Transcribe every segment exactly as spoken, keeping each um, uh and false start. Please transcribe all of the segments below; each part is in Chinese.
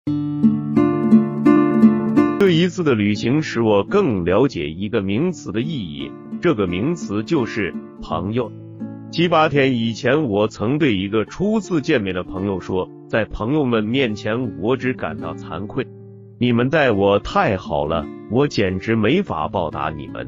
这一次的旅行使我更了解一个名词的意义，这个名词就是朋友。七八天以前，我曾对一个初次见面的朋友说，在朋友们面前我只感到惭愧，你们待我太好了，我简直没法报答你们。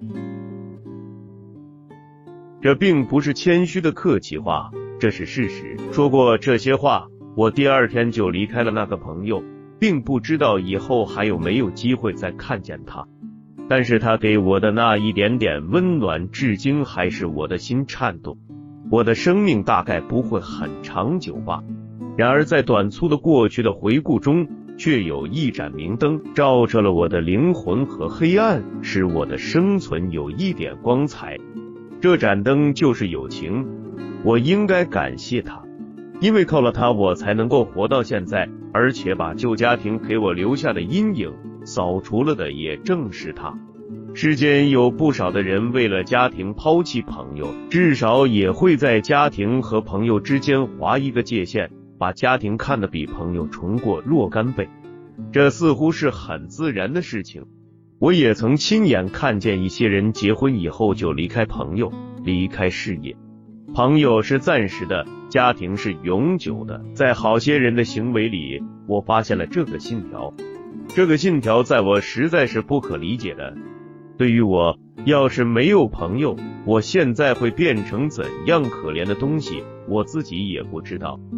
这并不是谦虚的客气话，这是事实。说过这些话，我第二天就离开了那个朋友，并不知道以后还有没有机会再看见他。但是他给我的那一点点温暖，至今还是我的心颤动。我的生命大概不会很长久吧。然而在短促的过去的回顾中，却有一盏明灯照射了我的灵魂和黑暗，使我的生存有一点光彩。这盏灯就是友情，我应该感谢它，因为靠了它我才能够活到现在，而且把旧家庭给我留下的阴影扫除了的也正是它。世间有不少的人为了家庭抛弃朋友，至少也会在家庭和朋友之间划一个界限，把家庭看得比朋友重过若干倍。这似乎是很自然的事情。我也曾亲眼看见一些人结婚以后就离开朋友，离开事业。朋友是暂时的，家庭是永久的。在好些人的行为里，我发现了这个信条。这个信条在我实在是不可理解的。对于我，要是没有朋友，我现在会变成怎样可怜的东西，我自己也不知道。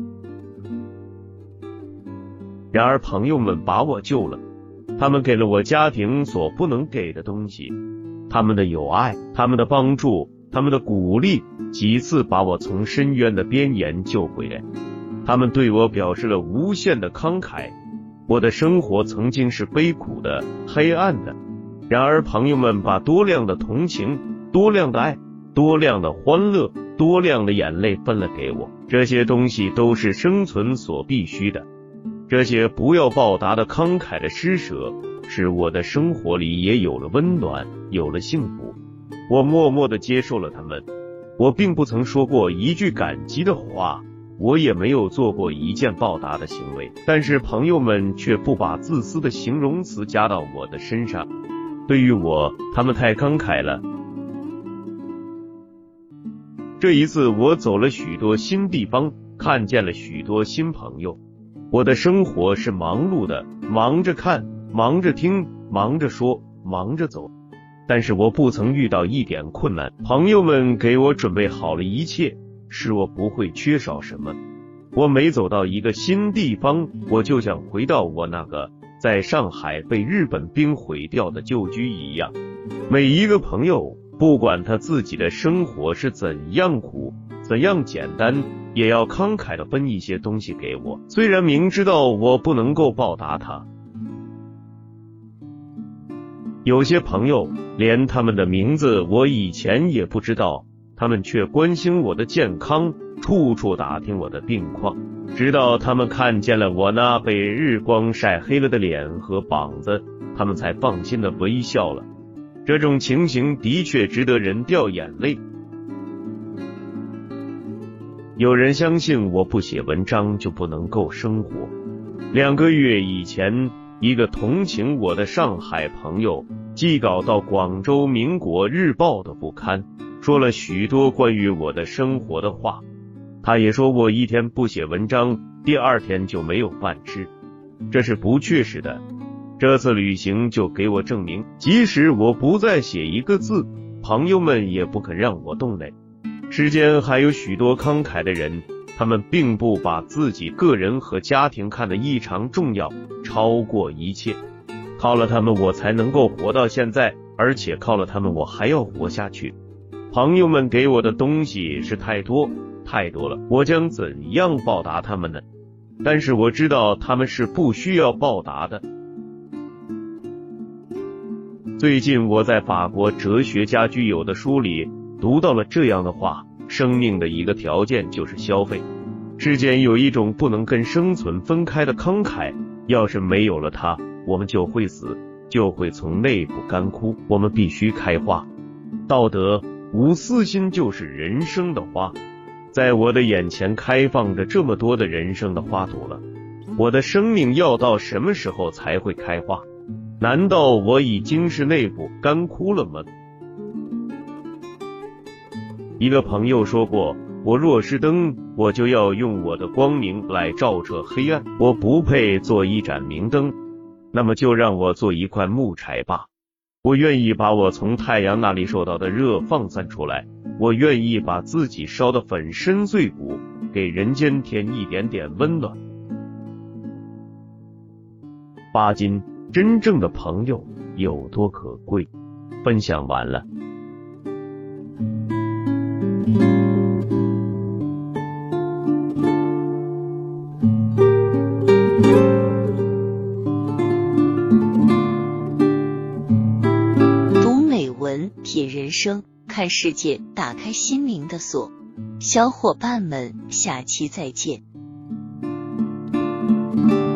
然而朋友们把我救了，他们给了我家庭所不能给的东西，他们的友爱，他们的帮助，他们的鼓励，几次把我从深渊的边沿救回来。他们对我表示了无限的慷慨。我的生活曾经是悲苦的、黑暗的，然而朋友们把多量的同情、多量的爱、多量的欢乐、多量的眼泪分了给我。这些东西都是生存所必须的。这些不要报答的慷慨的施舍，使我的生活里也有了温暖，有了幸福。我默默地接受了他们。我并不曾说过一句感激的话，我也没有做过一件报答的行为，但是朋友们却不把自私的形容词加到我的身上。对于我，他们太慷慨了。这一次我走了许多新地方，看见了许多新朋友。我的生活是忙碌的，忙着看，忙着听，忙着说，忙着走。但是我不曾遇到一点困难，朋友们给我准备好了一切，使我不会缺少什么。我每走到一个新地方，我就像回到我那个在上海被日本兵毁掉的旧居一样。每一个朋友，不管他自己的生活是怎样苦，怎样简单，也要慷慨地分一些东西给我，虽然明知道我不能够报答他。有些朋友，连他们的名字我以前也不知道，他们却关心我的健康，处处打听我的病况，直到他们看见了我那被日光晒黑了的脸和膀子，他们才放心地微笑了。这种情形的确值得人掉眼泪。有人相信我不写文章就不能够生活。两个月以前，一个同情我的上海朋友寄稿到广州民国日报的不刊，说了许多关于我的生活的话。他也说我一天不写文章，第二天就没有饭吃。这是不确实的。这次旅行就给我证明，即使我不再写一个字，朋友们也不肯让我动泪。世间还有许多慷慨的人，他们并不把自己个人和家庭看得异常重要，超过一切。靠了他们我才能够活到现在，而且靠了他们我还要活下去。朋友们给我的东西是太多太多了，我将怎样报答他们呢？但是我知道他们是不需要报答的。最近我在法国哲学家居有的书里读到了这样的话，生命的一个条件就是消费。世间有一种不能跟生存分开的慷慨，要是没有了它，我们就会死，就会从内部干枯，我们必须开花。道德无私心就是人生的花，在我的眼前开放着这么多的人生的花朵了。 我的生命要到什么时候才会开花？难道我已经是内部干枯了吗？一个朋友说过，我若是灯，我就要用我的光明来照彻黑暗，我不配做一盏明灯，那么就让我做一块木柴吧。我愿意把我从太阳那里受到的热放散出来，我愿意把自己烧得粉身碎骨，给人间添一点点温暖。巴金，真正的朋友有多可贵？分享完了。 读美文，品人生，看世界，打开心灵的锁。小伙伴们，下期再见。